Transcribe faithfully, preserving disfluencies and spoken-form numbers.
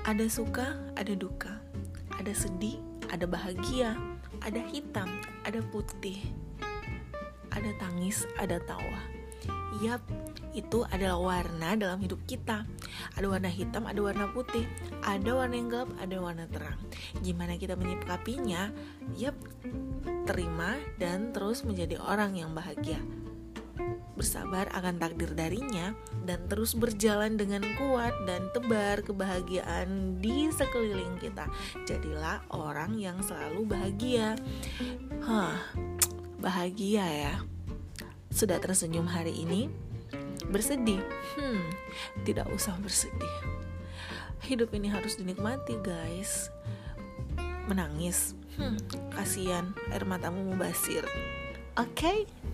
Ada suka, ada duka, ada sedih, ada bahagia, ada hitam, ada putih, ada tangis, ada tawa. Yap, itu adalah warna dalam hidup kita. Ada warna hitam, ada warna putih, ada warna yang gelap, ada warna terang. Gimana kita menyikapinya? Yap, terima dan terus menjadi orang yang bahagia. Bersabar akan takdir darinya dan terus berjalan dengan kuat dan tebar kebahagiaan di sekeliling kita. Jadilah orang yang selalu bahagia. Hah, bahagia ya. Sudah tersenyum hari ini? Bersedih? Hmm, tidak usah bersedih. Hidup ini harus dinikmati, guys. Menangis? Hmm, kasihan, air matamu mubasir. Oke? Okay?